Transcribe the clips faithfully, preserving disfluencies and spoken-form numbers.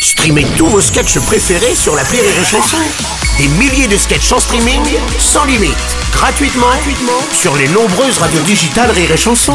Streamez tous vos sketchs préférés sur l'appli Rire et Chanson. Des milliers de sketchs en streaming, sans limite, gratuitement, gratuitement sur les nombreuses radios digitales Rire et Chanson.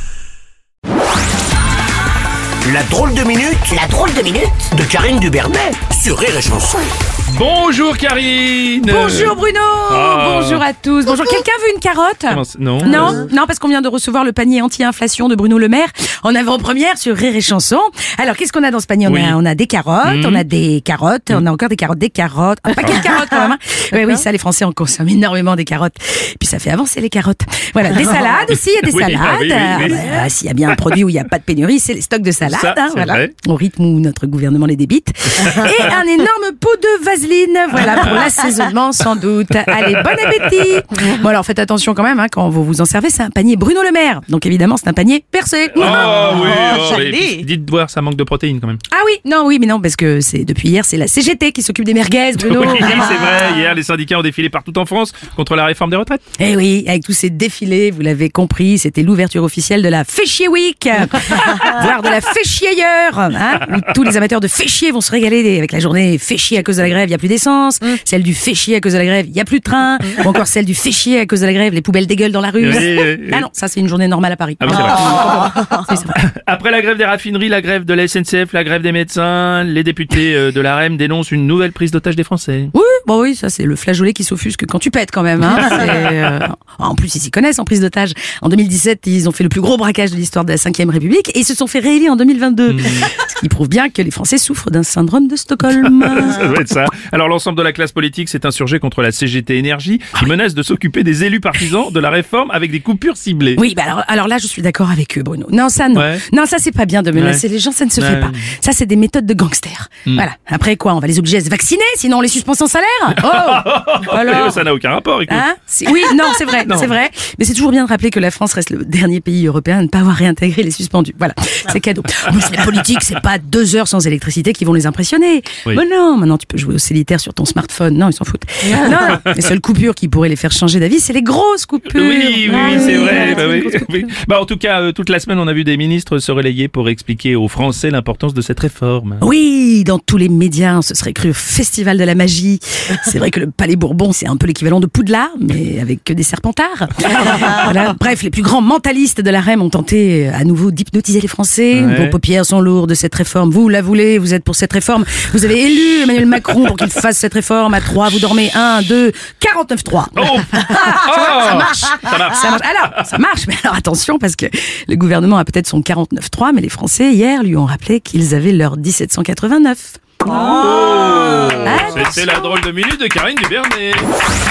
La drôle de minute, la drôle de minute de Karine Dubernet sur Rire et Chanson. Bonjour Karine. Bonjour Bruno. Ah. Bonjour à tous. Bonjour. Quelqu'un veut une carotte? Non. Non, non, parce qu'on vient de recevoir le panier anti-inflation de Bruno Le Maire en avant-première sur Rire et Chanson. Alors, qu'est-ce qu'on a dans ce panier? On, Oui. a, on a des carottes, Mmh. on a des carottes, on a encore des carottes, des carottes. Un paquet de carottes quand même. Hein. Oui, oui, ça, les Français en consomment énormément des carottes. Puis ça fait avancer les carottes. Voilà, des salades aussi, il y a des Oui, salades. bah oui, oui, oui. Ah, bah, s'il y a bien un produit où il n'y a pas de pénurie, c'est les stocks de salades. Ça, hein, c'est voilà, vrai. au rythme où notre gouvernement les débite. Et un énorme pot de vaseline, voilà, pour l'assaisonnement sans doute. Allez, bon appétit. Bon alors faites attention quand même hein, quand vous vous en servez, c'est un panier Bruno Le Maire. Donc évidemment c'est un panier percé. Oh oui, oh, joli. mais puis, dites voir, ça manque de protéines quand même. Ah oui, non, oui, mais non, parce que c'est depuis hier, c'est la C G T qui s'occupe des merguez, Bruno. Oui, évidemment. c'est vrai, hier les syndicats ont défilé partout en France contre la réforme des retraites. Eh oui, avec tous ces défilés, vous l'avez compris, c'était l'ouverture officielle de la Féchier Week, voire de la Féchiailleur, hein, où tous les amateurs de féchier vont se régaler avec la journée Féchier à cause de la grève, il y a plus d'essence, celle du Féchier à cause de la grève, il y a plus de train, ou encore celle du Féchier à cause de la grève, les poubelles dégueulent dans la rue. Oui, oui, oui. Ah non, ça c'est une journée normale à Paris. Ah oui, c'est vrai. Oui, c'est vrai. Après la grève des raffineries, la grève de la S N C F, la grève des médecins, les députés euh, de l'A R E M dénoncent une nouvelle prise d'otage des Français. Oui, bon oui, ça c'est le flageolet qui s'offusque quand tu pètes quand même. Hein. C'est, euh, En plus, ils s'y connaissent en prise d'otage. En deux mille dix-sept, ils ont fait le plus gros braquage de l'histoire de la cinquième République et ils se sont fait réélire en deux mille vingt-deux. Ce qui prouve bien que les Français souffrent d'un syndrome de Stockholm. Ça doit être ça. Alors l'ensemble de la classe politique s'est insurgé contre la C G T Énergie qui menace de s'occuper des élus partisans de la réforme avec des coupures ciblées. Oui, bah alors, alors là, je suis d'accord avec eux, Bruno. Non, ça, non. Ouais. Non, ça, c'est pas bien de menacer Ouais. les gens, ça ne se Ouais. fait pas. Ça, c'est des méthodes de gangsters. Voilà. Après quoi, on va les obliger à se vacciner, sinon on les suspend sans salaire. Oh alors Ça n'a aucun rapport, écoute. Hein C'est- oui, non, c'est vrai, Non. c'est vrai. Mais c'est toujours bien de rappeler que la France reste le dernier pays européen à ne pas avoir réintégré les suspendus. Voilà, c'est cadeau. En plus, les politiques, c'est pas deux heures sans électricité qui vont les impressionner. Oui. Mais non, maintenant tu peux jouer au solitaire sur ton smartphone. Non, ils s'en foutent. Non, non. Les seules coupures qui pourraient les faire changer d'avis, c'est les grosses coupures. Oui, oui, Ah oui, c'est vrai. voilà, Bah, c'est les oui, grosses coupures. oui. Bah, en tout cas, euh, toute la semaine, on a vu des ministres se relayer pour expliquer aux Français l'importance de cette réforme. Oui, dans tous les médias, on se serait cru au Festival de la magie. C'est vrai que le Palais Bourbon, c'est un peu l'équivalent de Poudlard, mais avec que des serpentards. Voilà. Bref, les plus grands mentalistes de la R E M ont tenté à nouveau d'hypnotiser les Français. Ouais. Vos paupières sont lourdes de cette réforme. Vous la voulez, vous êtes pour cette réforme. Vous avez élu Emmanuel Macron pour qu'il fasse cette réforme. À trois, vous dormez. un, deux, quarante-neuf trois. Oh, Ça marche. Ça marche. Ça marche. Alors, ça marche, mais alors attention, parce que le gouvernement a peut-être son quarante-neuf trois, mais les Français, hier, lui ont rappelé qu'ils avaient leur dix-sept cent quatre-vingt-neuf. Oh, Attention. c'était la drôle de minute de Karine Dubernet.